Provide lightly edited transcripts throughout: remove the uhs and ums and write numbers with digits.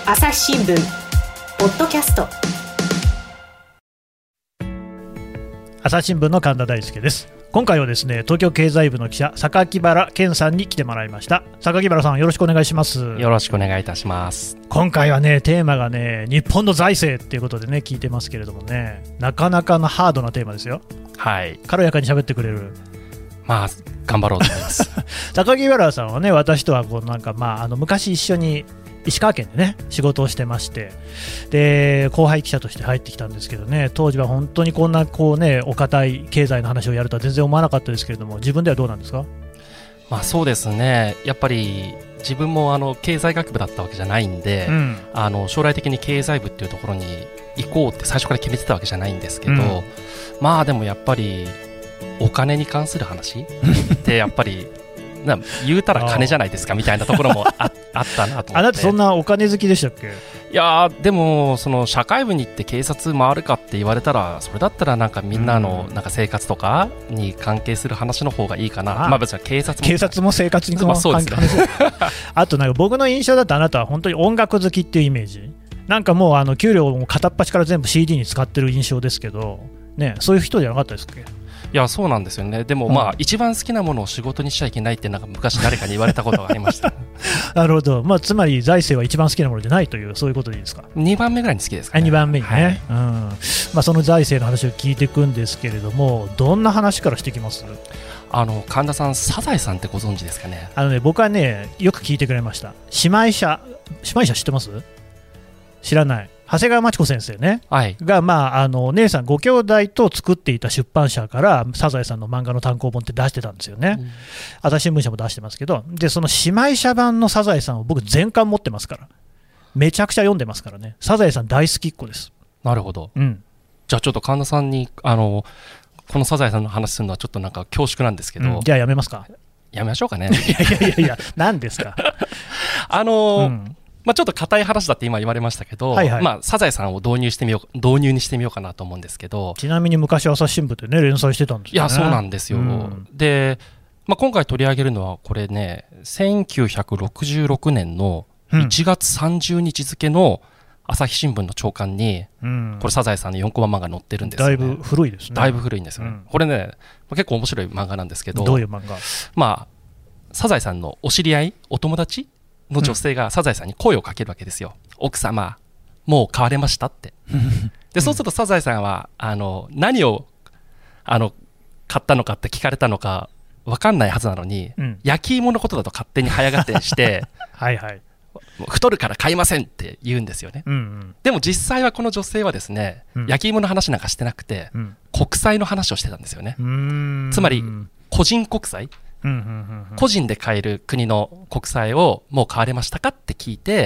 朝日新聞ポッドキャスト。 朝日新聞の神田大輔です。今回はですね、東京経済部の記者榊原健さんに来てもらいました。榊原さん、よろしくお願いします。 よろしくお願いいたします。 今回はね、テーマがね、日本の財政っていうことでね、聞いてますけれどもね、なかなかのハードなテーマですよ。 はい、 軽やかに喋ってくれる。 まあ頑張ろうと思います榊原さんはね、私とはこうなんか、昔一緒に石川県でね仕事をしてまして、で後輩記者として入ってきたんですけどね、当時は本当にこんなこうねお堅い経済の話をやるとは全然思わなかったですけれども、自分ではどうなんですか？ そうですね、やっぱり自分も経済学部だったわけじゃないんで、将来的に経済部っていうところに行こうって最初から決めてたわけじゃないんですけど、でもやっぱりお金に関する話ってやっぱり言うたら金じゃないですかみたいなところも あったなと思って。 あなたそんなお金好きでしたっけ？ いやでもその社会部に行って警察回るかって言われたら、それだったらなんかみんなのなんか生活とかに関係する話の方がいいかな。別に警察も生活に関係するあとなんか僕の印象だと、あなたは本当に音楽好きっていうイメージ、なんかもう給料も片っ端から全部 CD に使ってる印象ですけどね、そういう人じゃなかったですっけ？ いやそうなんですよね。でも一番好きなものを仕事にしちゃいけないってなんか昔誰かに言われたことがありましたなるほど、つまり財政は一番好きなものじゃないという、そういうことでいいですか ？2番目ぐらいに好きですかね。 2番目にね、その財政の話を聞いていくんですけれども、どんな話からしていきます？ 神田さん、サザエさんってご存知ですかね？ 僕はねよく聞いてくれました。姉妹社知ってます？知らない。長谷川町子先生ね、が、姉さんご兄弟と作っていた出版社からサザエさんの漫画の単行本って出してたんですよね。朝日新聞社も出してますけど、でその姉妹社版のサザエさんを僕全巻持ってますから、めちゃくちゃ読んでますからね。サザエさん大好きっ子です。なるほど、 じゃあちょっと神田さんにこのサザエさんの話するのはちょっとなんか恐縮なんですけど、 じゃあやめますか？ やめましょうかねいや何ですか？ ちょっと硬い話だって今言われましたけど、サザエさんを導入にしてみようかなと思うんですけど。 ちなみに昔朝日新聞でね連載してたんですよね。 いやそうなんですよ、で、今回取り上げるのはこれね、1966年の1月30日付の朝日新聞の朝刊に、これサザエさんの4コマ漫画載ってるんですよね。 だいぶ古いですね。 だいぶ古いんですよね、これね結構面白い漫画なんですけど。 どういう漫画？ サザエさんのお知り合い、お友達の女性がサザエさんに声をかけるわけですよ。奥様もう買われましたってでそうするとサザエさんは何を買ったのかって聞かれたのか分かんないはずなのに、焼き芋のことだと勝手に早がってして太るから買いませんって言うんですよね。でも実際はこの女性はですね、焼き芋の話なんかしてなくて、国債の話をしてたんですよね。つまり個人国債、個人で買える国の国債をもう買われましたかって聞いて、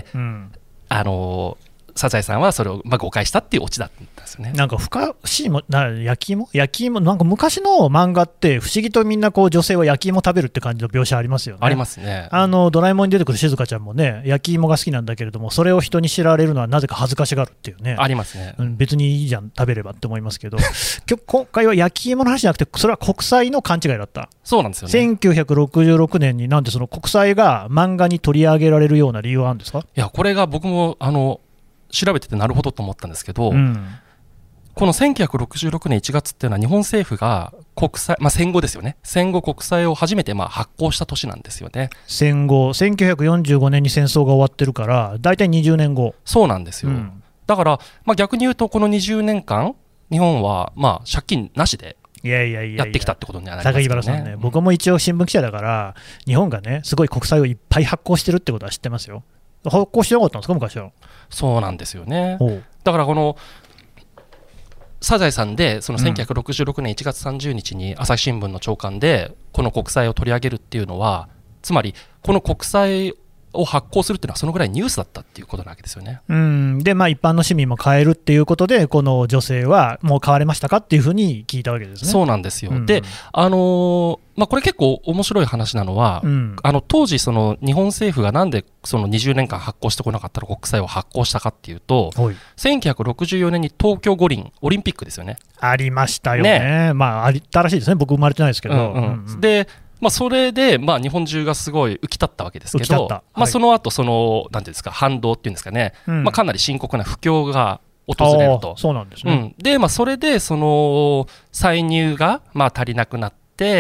サザエさんはそれを誤解したっていうオチだったんですよね。なんか深しいも焼き芋なんか昔の漫画って不思議とみんなこう女性は焼き芋食べるって感じの描写ありますよね。 ありますね。 ドラえもんに出てくる静香ちゃんもね焼き芋が好きなんだけれども、それを人に知られるのはなぜか恥ずかしがるっていうね。 ありますね、 別にいいじゃん食べればって思いますけど今回は焼き芋の話じゃなくて、それは国債の勘違いだった。 そうなんですよね。 1966年になんでその国債が漫画に取り上げられるような理由はあるんですか？ いやこれが僕も調べててなるほどと思ったんですけど、この1966年1月っていうのは日本政府が国債、戦後ですよね、戦後国債を初めて発行した年なんですよね。 戦後1945年に戦争が終わってるから大体20年後。 そうなんですよ、だから、逆に言うとこの20年間日本は借金なしでやってきたってことになりますよね。 榊原さんね、僕も一応新聞記者だから日本がねすごい国債をいっぱい発行してるってことは知ってますよ。発行してなかったんですか昔は？ そうなんですよね。だからこのサザエさんでその1966年1月30日に朝日新聞の朝刊でこの国債を取り上げるっていうのは、つまりこの国債を発行するっていうのはそのぐらいニュースだったっていうことなわけですよね。 で一般の市民も買えるっていうことで、この女性はもう買われましたかっていうふうに聞いたわけですね。 そうなんですよ、でこれ結構面白い話なのは、当時その日本政府がなんでその20年間発行してこなかった国債を発行したかっていうと、1964年に東京五輪オリンピックですよね。 ありましたよね。あったらしいですね。僕生まれてないですけど、 でまあ、それで、まあ、日本中がすごい浮き立ったわけですけど、まあ、その後なんていうんですか、反動っていうんですかね、まあ、かなり深刻な不況が訪れると。 そうなんですね。 で、まあ、それで歳入がまあ足りなくなって、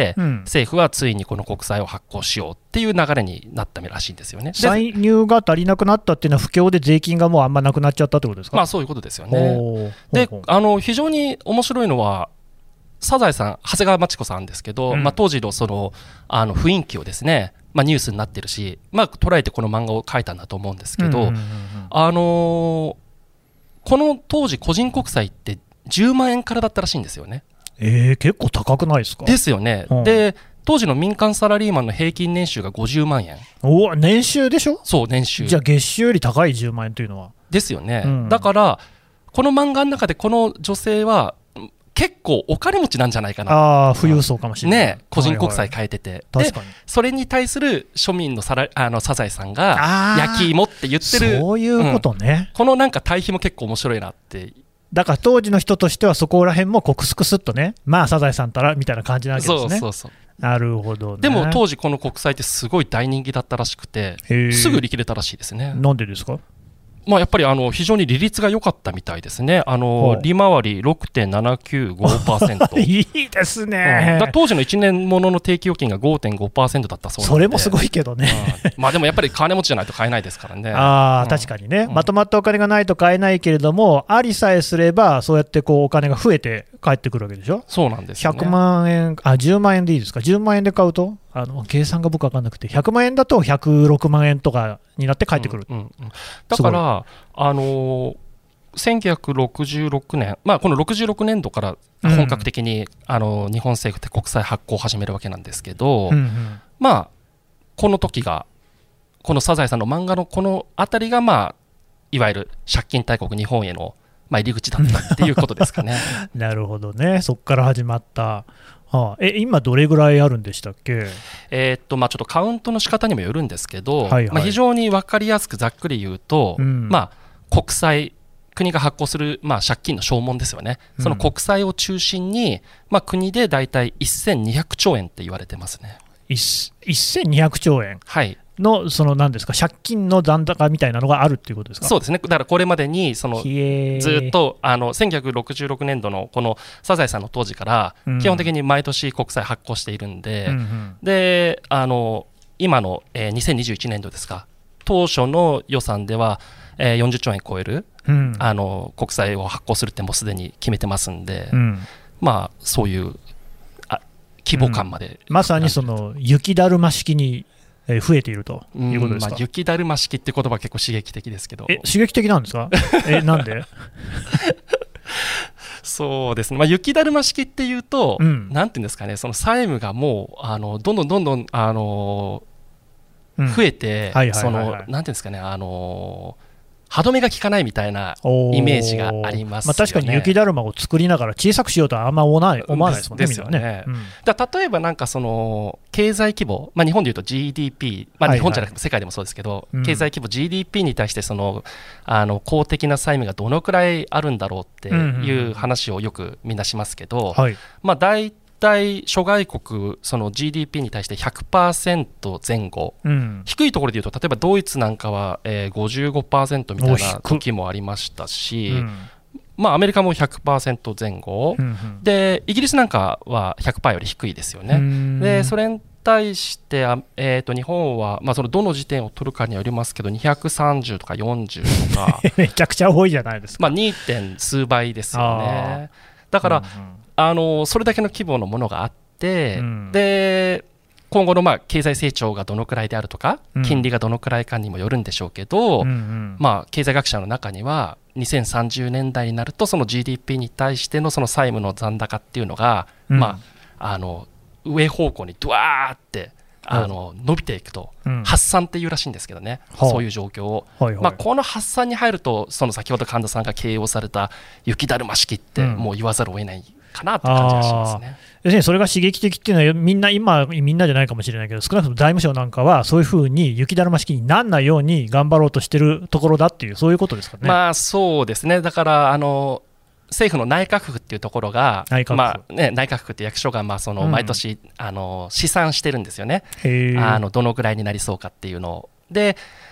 政府はついにこの国債を発行しようっていう流れになったらしいんですよね。 歳入が足りなくなったっていうのは、不況で税金がもうあんまなくなっちゃったってことですか。 まあ、そういうことですよね。で、非常に面白いのは、サザエさん、長谷川町子さんですけど、まあ、当時の雰囲気をですね、まあ、ニュースになってるし、まあ、捉えてこの漫画を描いたんだと思うんですけど、この当時個人国債って10万円からだったらしいんですよね。 結構高くないですか。 ですよね。で、当時の民間サラリーマンの平均年収が50万円。 年収でしょ。 そう、年収。 じゃあ月収より高い10万円というのは。 ですよね。だからこの漫画の中でこの女性は結構お金持ちなんじゃないかな。 富裕層かもしれないね、個人国債変えてて、でそれに対する庶民のサザエさんが焼き芋って言ってる、 そういうことね、 このなんか対比も結構面白いなって。 だから当時の人としてはそこら辺もクスクスっとね、まあサザエさんたらみたいな感じなわけですね。 そうなるほどね。 でも当時この国債ってすごい大人気だったらしくて、すぐ売り切れたらしいですね。 なんでですか。 まあ、やっぱり非常に利率が良かったみたいですね。利回り 6.795%。 いいですね。 当時の1年ものの定期預金が 5.5% だったそうなので、 それもすごいけどね。 まあでもやっぱり金持ちじゃないと買えないですからね。 確かにね、まとまったお金がないと買えないけれども、ありさえすれば、そうやってお金が増えて返ってくるわけでしょ。 そうなんですよね。 100万円、10万円でいいですか。10万円で買うと、計算が僕分かんなくて、100万円だと106万円とかになって返ってくる。 だから1966年、まあ、この66年度から本格的に、日本政府って国債発行を始めるわけなんですけど、まあ、この時がこのサザエさんの漫画のこの辺りが、まあ、いわゆる借金大国日本への、まあ、入り口だったっていうことですかね。 なるほどね、そこから始まった。今どれぐらいあるんでしたっけ。 まあ、ちょっとカウントの仕方にもよるんですけど、まあ、非常に分かりやすくざっくり言うと、まあ、国債、国が発行する、まあ、借金の証文ですよね、その国債を中心に、まあ、国でだいたい1200兆円って言われてますね。 1200兆円、の何ですか、借金の残高みたいなのがあるっていうことですか。 そうですね。だからこれまでにずっと1966年度のこのサザエさんの当時から基本的に毎年国債発行しているんで、で今の2021年度ですか、当初の予算では40兆円超える国債を発行するってもうすでに決めてますんで、まあそういう規模感まで、 まさに雪だるま式に増えているということですか。 雪だるま式って言葉は結構刺激的ですけど。 刺激的なんですか。なんで。 そうですね、まあ、雪だるま式っていうと、なんていうんですかね、その債務がもうどんどん増えて、なんていうんですかね、歯止めが効かないみたいなイメージがありますよね。 確かに雪だるまを作りながら小さくしようとはあんま思わないですもんね。 ですよね。例えばなんか経済規模、まあ、日本でいうと GDP、まあ、日本じゃなくて世界でもそうですけど、経済規模 GDP に対して公的な債務がどのくらいあるんだろうっていう話をよくみんなしますけど、まあ大体諸外国GDP に対して 100% 前後、低いところでいうと例えばドイツなんかは55% みたいな時もありましたし、まあ、アメリカも 100% 前後、でイギリスなんかは 100% より低いですよね。でそれに対して日本は、まあ、どの時点を取るかによりますけど230とか40とかめちゃくちゃ多いじゃないですか。 まあ、2. 点数倍ですよね。だから、それだけの規模のものがあって、で今後の経済成長がどのくらいであるとか、金利がどのくらいかにもよるんでしょうけど、まあ、経済学者の中には2030年代になるとその GDP に対してのその債務の残高っていうのが、まあ、上方向にドワーって伸びていくと、発散っていうらしいんですけどね、そういう状況を、まあ、この発散に入ると先ほど神田さんが形容された雪だるま式ってもう言わざるを得ないかなって感じがしますね。 要するにそれが刺激的っていうのはみんなじゃないかもしれないけど、少なくとも財務省なんかはそういうふうに雪だるま式にならないように頑張ろうとしてるところだっていう、そういうことですかね。 まあそうですね。だから政府の内閣府っていうところが、 内閣府って役所がその毎年、試算してるんですよね。どのぐらいになりそうかっていうのを。で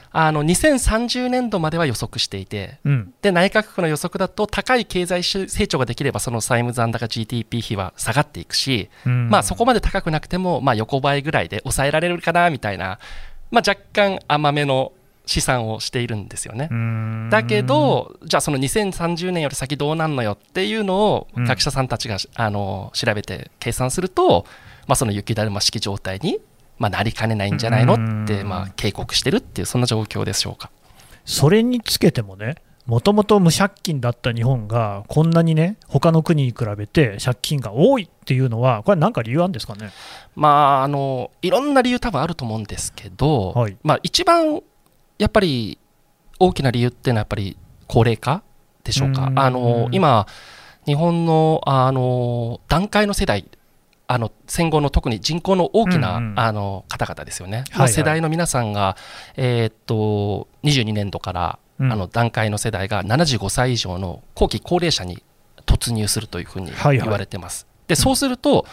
2030年度までは予測していて、で内閣府の予測だと高い経済成長ができればその債務残高 GDP 比は下がっていくし、そこまで高くなくても横ばいぐらいで抑えられるかなみたいな、若干甘めの試算をしているんですよね。だけどじゃあその2030年より先どうなんのよっていうのを学者さんたちが調べて計算すると、その雪だるま式状態になりかねないんじゃないのって警告してるっていうそんな状況でしょうか。 それにつけてもね、もともと無借金だった日本がこんなにね他の国に比べて借金が多いっていうのはこれ何か理由あるんですかね。 いろんな理由多分あると思うんですけど、一番やっぱり大きな理由っていうのはやっぱり高齢化でしょうか。今日本の団塊の世代、戦後の特に人口の大きな、方々ですよね、世代の皆さんが、22年度から、団塊の世代が75歳以上の後期高齢者に突入するというふうに言われてます。でそうすると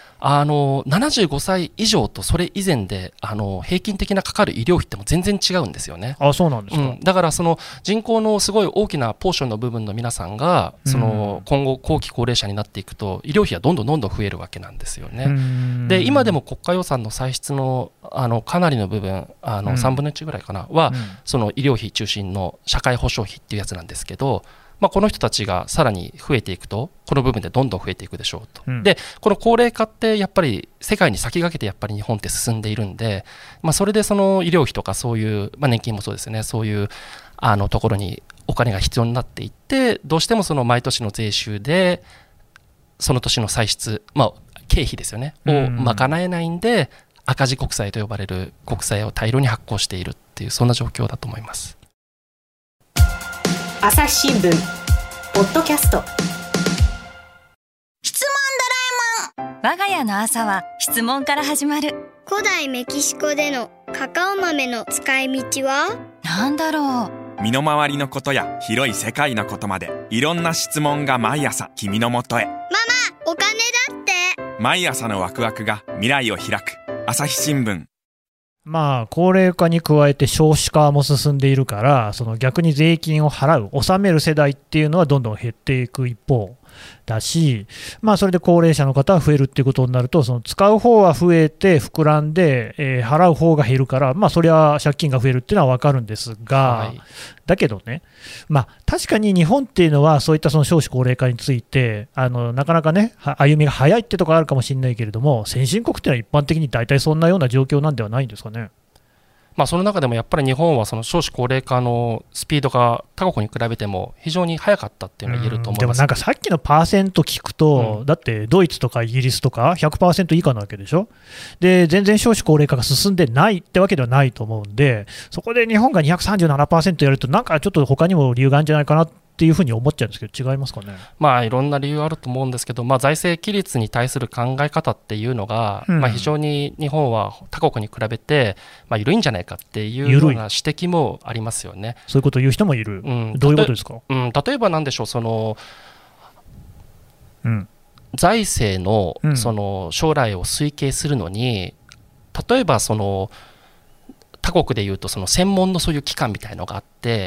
75歳以上とそれ以前で平均的なかかる医療費っても全然違うんですよね。 そうなんですか。 だからその人口のすごい大きなポーションの部分の皆さんがその今後後期高齢者になっていくと医療費はどんどん増えるわけなんですよね。で今でも国家予算の歳出のかなりの部分3分の1ぐらいかなはその医療費中心の社会保障費っていうやつなんですけど、この人たちがさらに増えていくとこの部分でどんどん増えていくでしょうと、でこの高齢化ってやっぱり世界に先駆けてやっぱり日本って進んでいるんで、それでその医療費とかそういう、年金もそうですね、そういうところにお金が必要になっていって、どうしてもその毎年の税収でその年の歳出、経費ですよねを賄えないんで、赤字国債と呼ばれる国債を大量に発行しているっていうそんな状況だと思います。 朝日新聞ポッドキャスト。 質問ドラえもん。我が家の朝は質問から始まる。 古代メキシコでのカカオ豆の使い道は？ なんだろう。身の回りのことや広い世界のことまでいろんな質問が毎朝君のもとへ。 ママ、お金だって。 毎朝のワクワクが未来を開く。朝日新聞。 高齢化に加えて少子化も進んでいるから、その逆に税金を払う、納める世代っていうのはどんどん減っていく一方だし、それで高齢者の方は増えるっていうことになると、その使う方は増えて膨らんで、払う方が減るから、それは借金が増えるっていうのは分かるんですが、だけどね、確かに日本っていうのはそういったその少子高齢化についてなかなかね歩みが早いってところあるかもしれないけれども、先進国っていうのは一般的に大体そんなような状況なんではないんですかね。 その中でもやっぱり日本はその少子高齢化のスピードが他国に比べても非常に速かったっていうのは言えると思います。 でもなんかさっきのパーセント聞くと、だってドイツとかイギリスとか 100% 以下なわけでしょ。で全然少子高齢化が進んでないってわけではないと思うんで、そこで日本が 237% やるとなんかちょっと他にも理由があるんじゃないかなっていうふうに思っちゃうんですけど、違いますかね。 いろんな理由あると思うんですけど、財政規律に対する考え方っていうのが、非常に日本は他国に比べて、緩いんじゃないかっていうような指摘もありますよね。 そういうことを言う人もいる、どういうことですか。 例えばなんでしょう、その、財政の、その将来を推計するのに、例えばその他国でいうとその専門のそういう機関みたいのがあって、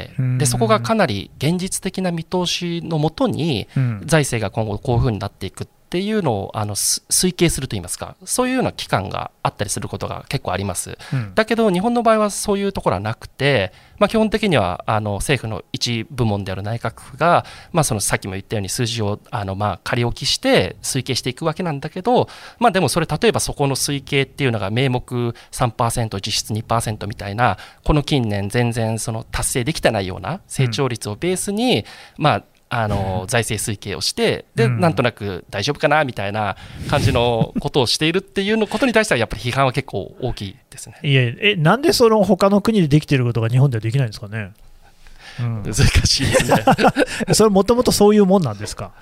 でそこがかなり現実的な見通しのもとに財政が今後こういうふうになっていくっていうのを推計するといいますか、そういうような機関があったりすることが結構あります、だけど日本の場合はそういうところはなくて、基本的には政府の一部門である内閣府が、そのさっきも言ったように数字を仮置きして推計していくわけなんだけど、でもそれ例えばそこの推計っていうのが名目 3% 実質 2% みたいな、この近年全然その達成できてないような成長率をベースに、財政推計をしてで、なんとなく大丈夫かなみたいな感じのことをしているっていうことに対してはやっぱり批判は結構大きいですね。 なんでその他の国でできていることが日本ではできないんですかね。 難しいですねそれもともとそういうもんなんですか。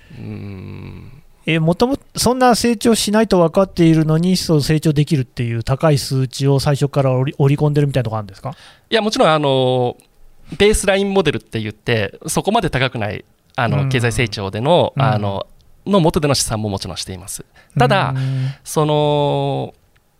もともとそんな成長しないと分かっているのにそう成長できるっていう高い数値を最初から織り込んでるみたいなところあるんですか。 いやもちろんベースラインモデルって言ってそこまで高くない経済成長での、の元での試算ももちろんしています。ただ、その、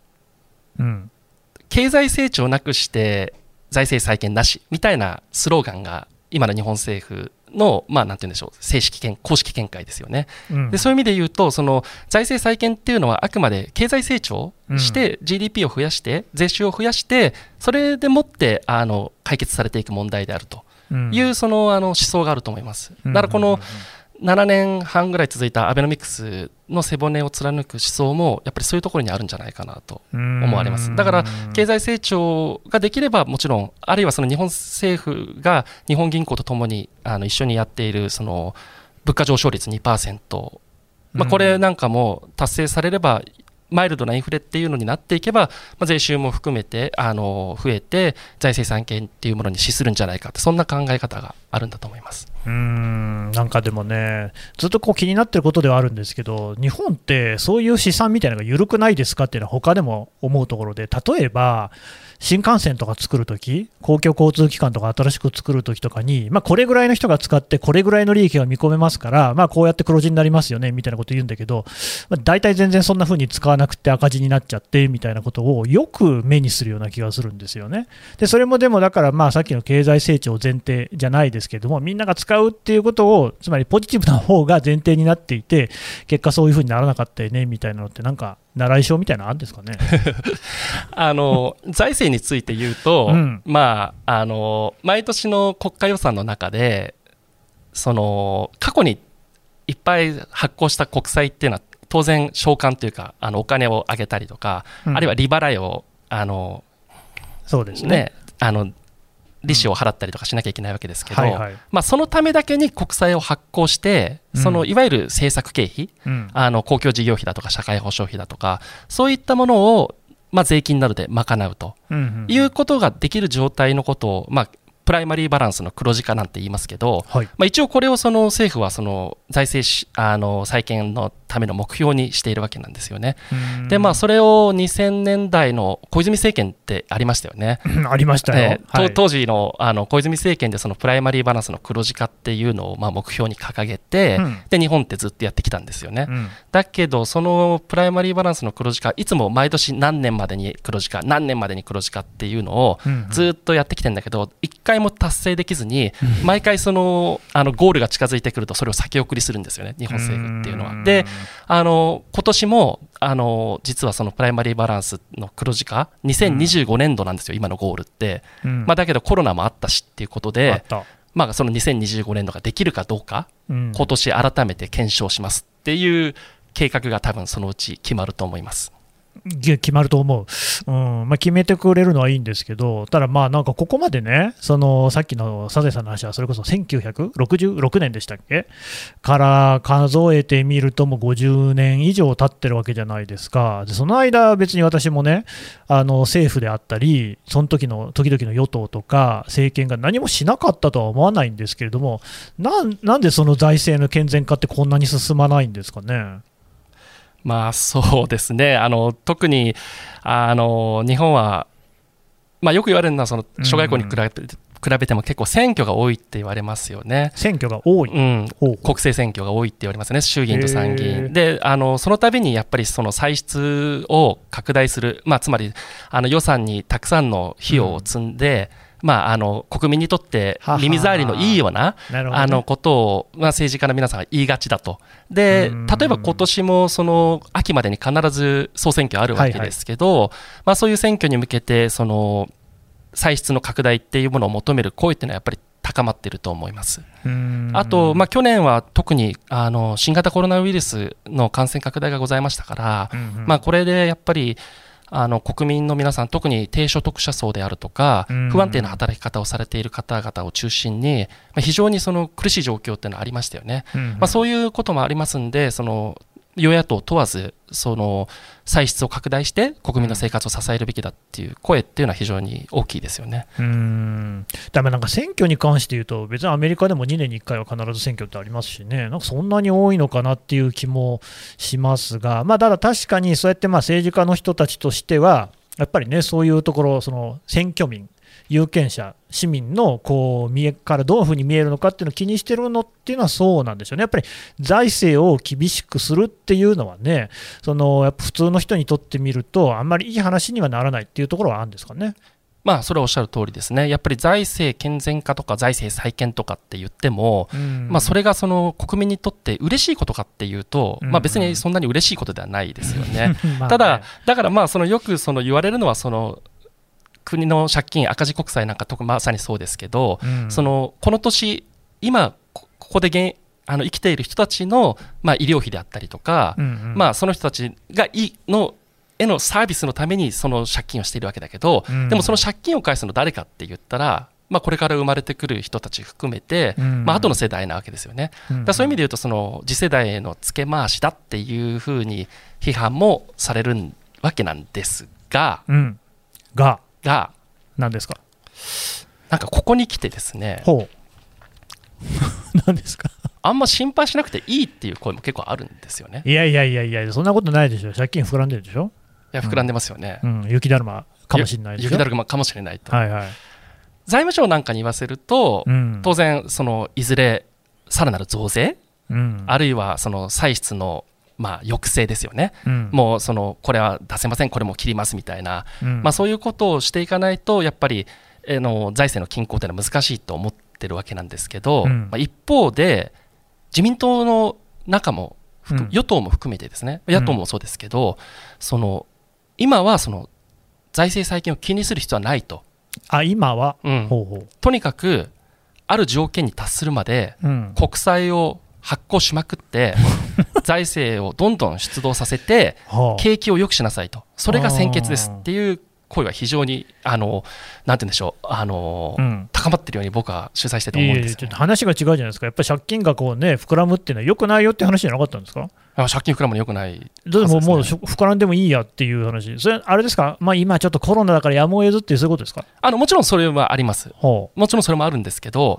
経済成長なくして財政再建なしみたいなスローガンが今の日本政府の、なんて言うんでしょう、公式見解ですよね。でそういう意味で言うと、その財政再建っていうのはあくまで経済成長して、GDP を増やして税収を増やして、それでもって解決されていく問題であるという、その思想があると思います。だからこの7年半ぐらい続いたアベノミクスの背骨を貫く思想もやっぱりそういうところにあるんじゃないかなと思われます。だから経済成長ができればもちろん、あるいはその日本政府が日本銀行とともに一緒にやっているその物価上昇率 2%、これなんかも達成されればマイルドなインフレっていうのになっていけば、税収も含めて増えて財政再建っていうものに資するんじゃないかって、そんな考え方があるんだと思います。 なんかでもね、ずっとこう気になってることではあるんですけど、日本ってそういう試算みたいなのが緩くないですかっていうのは他でも思うところで、例えば新幹線とか作るとき、公共交通機関とか新しく作るときとかに、これぐらいの人が使ってこれぐらいの利益が見込めますから、こうやって黒字になりますよねみたいなこと言うんだけど、大体全然そんな風に使わなくて赤字になっちゃってみたいなことをよく目にするような気がするんですよね。でそれもでもだからさっきの経済成長前提じゃないですけども、みんなが使うっていうことを、つまりポジティブな方が前提になっていて、結果そういう風にならなかったよねみたいなのって、なんか習い性みたいなのあるんですかね。 財政について言うと、毎年の国家予算の中でその過去にいっぱい発行した国債っていうのは当然償還というかお金をあげたりとか、あるいは利払いをそうですね、 利子を払ったりとかしなきゃいけないわけですけど、そのためだけに国債を発行して、そのいわゆる政策経費、公共事業費だとか社会保障費だとか、そういったものを税金などで賄うということができる状態のことを、プライマリーバランスの黒字化なんて言いますけど、一応これをその政府はその財政再建のための目標にしているわけなんですよね。でそれを2000年代の小泉政権ってありましたよね。 ありましたよ、 当時の小泉政権でそのプライマリーバランスの黒字化っていうのを目標に掲げて、で日本ってずっとやってきたんですよね。だけどそのプライマリーバランスの黒字化、いつも毎年何年までに黒字化何年までに黒字化っていうのをずっとやってきてんだけど、一回も達成できずに、毎回そのゴールが近づいてくるとそれを先送りするんですよね、日本政府っていうのは。で今年も実はそのプライマリーバランスの黒字化2025年度なんですよ、今のゴールって、だけどコロナもあったしっていうことで、その2025年度ができるかどうか、今年改めて検証しますっていう計画が多分そのうち決まると思います。 決まると思う、決めてくれるのはいいんですけど、ただなんかここまでね、そのさっきのサゼさんの話はそれこそ1966年でしたっけから数えてみるともう50年以上経ってるわけじゃないですか。でその間別に私もね政府であったりその時々の与党とか政権が何もしなかったとは思わないんですけれども、なんでその財政の健全化ってこんなに進まないんですかね。 そうですね、特に日本は、よく言われるのはその諸外国に比べても結構選挙が多いって言われますよね。 選挙が多い、 国政選挙が多いって言われますね、衆議院と参議院で。その度にやっぱりその歳出を拡大する、つまり予算にたくさんの費用を積んで、国民にとって耳障りのいいようなことを、政治家の皆さんが言いがちだと。で例えば今年もその秋までに必ず総選挙あるわけですけど、そういう選挙に向けてその歳出の拡大っていうものを求める声っていうのはやっぱり高まっていると思います。あと、去年は特に新型コロナウイルスの感染拡大がございましたから、これでやっぱり国民の皆さん、特に低所得者層であるとか、不安定な働き方をされている方々を中心に、非常にその苦しい状況っていうのはありましたよね。そういうこともありますんで、その与野党問わずその歳出を拡大して国民の生活を支えるべきだっていう声っていうのは非常に大きいですよね。 だからなんか選挙に関して言うと、別にアメリカでも2年に1回は必ず選挙ってありますしね、なんかそんなに多いのかなっていう気もしますが、ただ確かにそうやって政治家の人たちとしてはやっぱりね、そういうところ、その選挙民、 有権者、市民のこう見えからどういうふうに見えるのかっていうのを気にしてるのっていうのはそうなんですよね。やっぱり財政を厳しくするっていうのはね、やっぱ普通の人にとってみると、あんまりいい話にはならないっていうところはあるんですかね。 まあ、それはおっしゃる通りですね。やっぱり財政健全化とか財政再建とかって言っても、まあ、それがその国民にとって嬉しいことかっていうと、まあ、別にそんなに嬉しいことではないですよね。ただ、だからまあよく言われるのは国の借金赤字国債なんかまさにそうですけど、この年今ここで生きている人たちの、まあ、医療費であったりとか、まあ、その人たちがへのサービスのためにその借金をしているわけだけど、でもその借金を返すの誰かって言ったら、まあ、これから生まれてくる人たち含めて、まあ後の世代なわけですよね。だからそういう意味で言うと次世代への付け回しだっていうふうに批判もされるわけなんですが、 何ですか。 なんかここに来てですね、 何ですか。 あんま心配しなくていいっていう声も結構あるんですよね。 いや、そんなことないでしょ。借金膨らんでるでしょ。 いや、膨らんでますよね。 雪だるまかもしれないでしょ。 雪だるまかもしれないと。 はいはい。 財務省なんかに言わせると、当然いずれさらなる増税、あるいは歳出のまあ抑制ですよね。もうこれは出せません、これも切りますみたいな、まあそういうことをしていかないとやっぱり財政の均衡というのは難しいと思ってるわけなんですけど、まあ、一方で自民党の中も与党も含めてですね、野党もそうですけど、今は財政再建を気にする必要はないと。 今は、 とにかくある条件に達するまで、国債を発行しまくって財政をどんどん出動させて景気を良くしなさいと、それが先決ですっていう声は非常になんて言うんでしょう、高まっているように僕は取材してて思うんですよね。 ちょっと話が違うじゃないですか。やっぱり借金が膨らむっていうのは良くないよって話じゃなかったんですか。借金膨らむの良くない、 でももう膨らんでもいいやっていう話、それあれですか、まあ、今ちょっとコロナだからやむを得ずっていうそういうことですか。 もちろんそれはあります。もちろんそれもあるんですけど、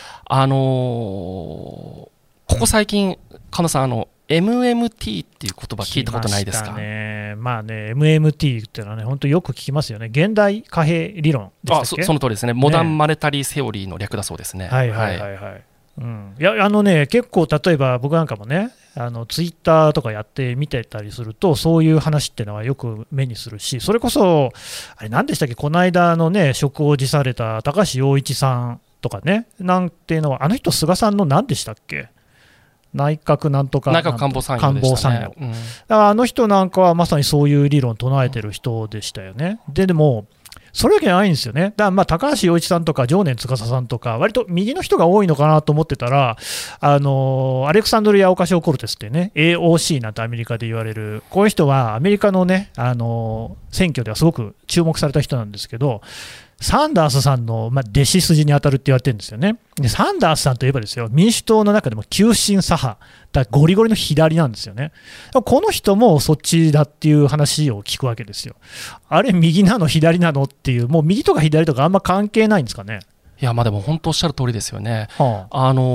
ここ最近神田さんMMT っていう言葉聞いたことないですか。 まあね、MMT っていうのはね、本当よく聞きますよね。現代貨幣理論でしたっけ。 その通りですね。モダンマネタリーセオリーの略だそうですね。 いや結構例えば僕なんかもね、ツイッターとかやって見てたりすると、そういう話っていうのはよく目にするし、それこそあれ何でしたっけ、この間のね職を辞された高橋洋一さんとかね、なんていうのは人菅さんの何でしたっけ、内閣なんとか内閣官房参与でしたね。 だから人なんかはまさにそういう理論を唱えてる人でしたよね。でもそれだけじゃないんですよね。だからまあ高橋洋一さんとか常念司さんとか割と右の人が多いのかなと思ってたら、アレクサンドリア・オカシオ・コルテスってね、 AOC なんてアメリカで言われるこういう人はアメリカのね、選挙ではすごく注目された人なんですけど、サンダースさんの弟子筋に当たるって言われてるんですよね。でサンダースさんといえばですよ、民主党の中でも急進左派だ、ゴリゴリの左なんですよね。この人もそっちだっていう話を聞くわけですよ。あれ右なの左なのっていう、もう右とか左とかあんま関係ないんですかね。 いや、まあでも本当おっしゃる通りですよね。コ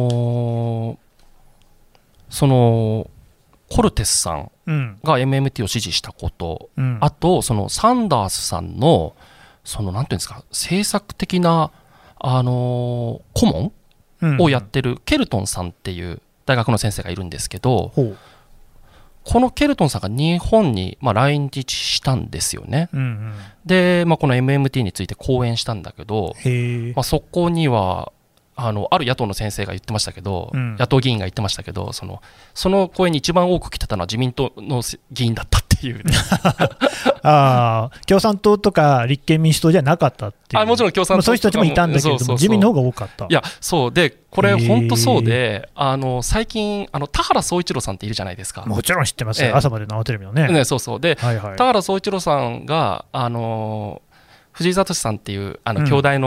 ルテスさんが MMT を支持したこと、あとサンダースさんのなんていうんですか、政策的な顧問をやってるケルトンさんっていう大学の先生がいるんですけど、このケルトンさんが日本に来日したんですよね。で、この MMT について講演したんだけど、そこにはある野党の先生が言ってましたけど、野党議員が言ってましたけど、その講演に一番多く来てたのは自民党の議員だったっていう、ね、 共産党とか立憲民主党じゃなかったっていう。 もちろん共産党とかも、 そういう人たちもいたんだけれども、自民の方が多かった。 いや、そうで、これ本当そうで、最近田原総一郎さんっているじゃないですか。 もちろん知ってますよ、朝まで生テレビのね。 そうで、田原総一郎さんが藤井聡さんっていう兄弟の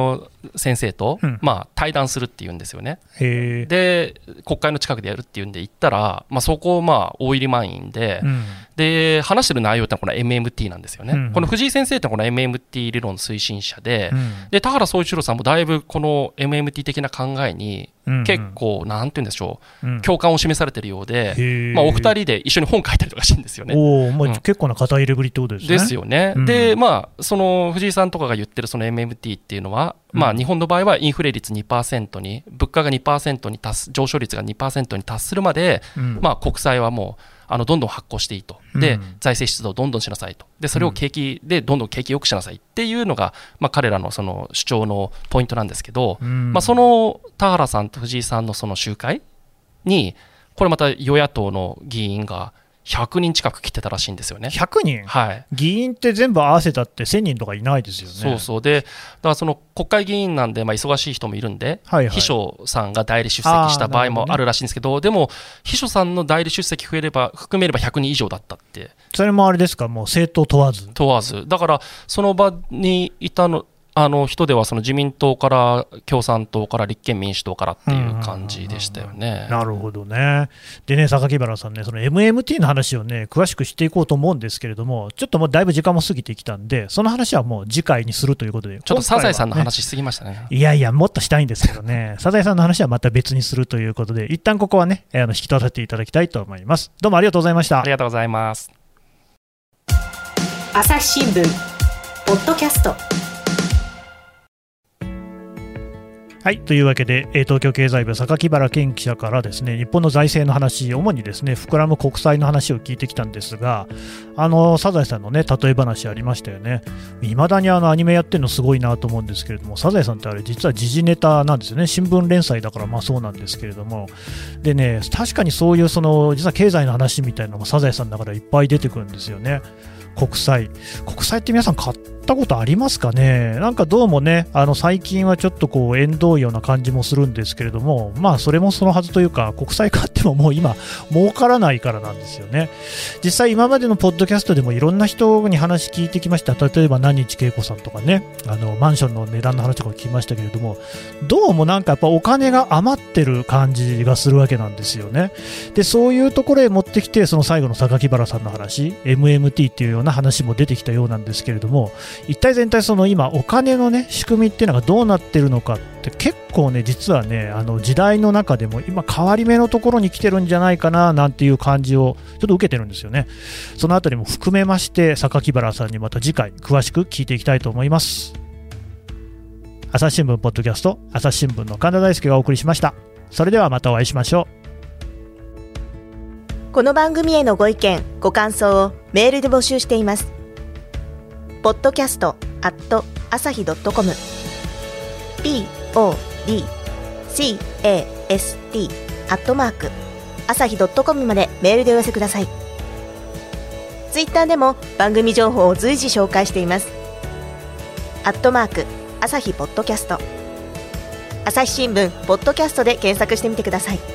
先生と、対談するっていうんですよね。で国会の近くでやるっていうんで行ったら、そこ大入り満員で、で話してる内容ってのはこの MMT なんですよね。この藤井先生ってこの MMT 理論推進者で、で田原総一郎さんもだいぶこの MMT 的な考えに結構なんて言うんでしょう、共感を示されてるようで、お二人で一緒に本書いたりとかしてるんですよね。 結構な肩入れぶりってことですね。 ですよね。でその藤井さんとかが言ってるその MMT っていうのは、日本の場合はインフレ率 2% に物価が 2% に達す、上昇率が 2% に達するまで、国債はもうどんどん発行していいと。で財政出動をどんどんしなさいと。でそれを景気でどんどん景気よくしなさいっていうのが、彼らのその主張のポイントなんですけど、その田原さんと藤井さんのその集会にこれまた与野党の議員が100人近く来てたらしいんですよね。 100人、はい、議員って全部合わせたって1000人とかいないですよね。 そうそう。でだからその国会議員なんで、忙しい人もいるんで、秘書さんが代理出席した場合もあるらしいんですけど、でも秘書さんの代理出席含めれば100人以上だったって。 それもあれですか、もう政党問わずだからその場にいたの人ではその自民党から共産党から立憲民主党からっていう感じでしたよね。 なるほどね。でね、榊原さんね、その MMT の話をね詳しくしていこうと思うんですけれども、ちょっともうだいぶ時間も過ぎてきたんで、その話はもう次回にするということで、 ちょっとサザエさんの話しすぎましたね。 いやいや、もっとしたいんですけどねサザエさんの話はまた別にするということで、一旦ここはね引き取らせていただきたいと思います。どうもありがとうございました。 ありがとうございます。 朝日新聞ポッドキャスト。 はい、というわけで東京経済部榊原健記者からですね、日本の財政の話、主にですね膨らむ国債の話を聞いてきたんですが、サザエさんのね例え話ありましたよね。いまだにアニメやってるのすごいなと思うんですけれども、サザエさんってあれ実は時事ネタなんですよね。新聞連載だからそうなんですけれども、でね、確かにそういう実は経済の話みたいなのもサザエさんだからいっぱい出てくるんですよね。国債って皆さん買ったことありますかね。なんかどうもね最近はちょっと縁遠いような感じもするんですけれども、それもそのはずというか、国債買ってももう今儲からないからなんですよね。実際今までのポッドキャストでもいろんな人に話聞いてきました。例えば何日恵子さんとかね、マンションの値段の話とか聞きましたけれども、どうもなんかやっぱお金が余ってる感じがするわけなんですよね。でそういうところへ持ってきて、その最後の榊原さんの話 MMT っていうような話も出てきたようなんですけれども、一体全体今お金のね仕組みっていうのがどうなってるのかって結構ね、実はね時代の中でも今変わり目のところに来てるんじゃないかななんていう感じをちょっと受けてるんですよね。そのあたりも含めまして榊原さんにまた次回詳しく聞いていきたいと思います。朝日新聞ポッドキャスト、朝日新聞の神田大輔がお送りしました。それではまたお会いしましょう。この番組へのご意見ご感想をメールで募集しています。podcast@asahi.com podcast@asahi.com までメールでお寄せください。ツイッターでも番組情報を随時紹介しています。@朝日ポッドキャスト、朝日新聞ポッドキャストで検索してみてください。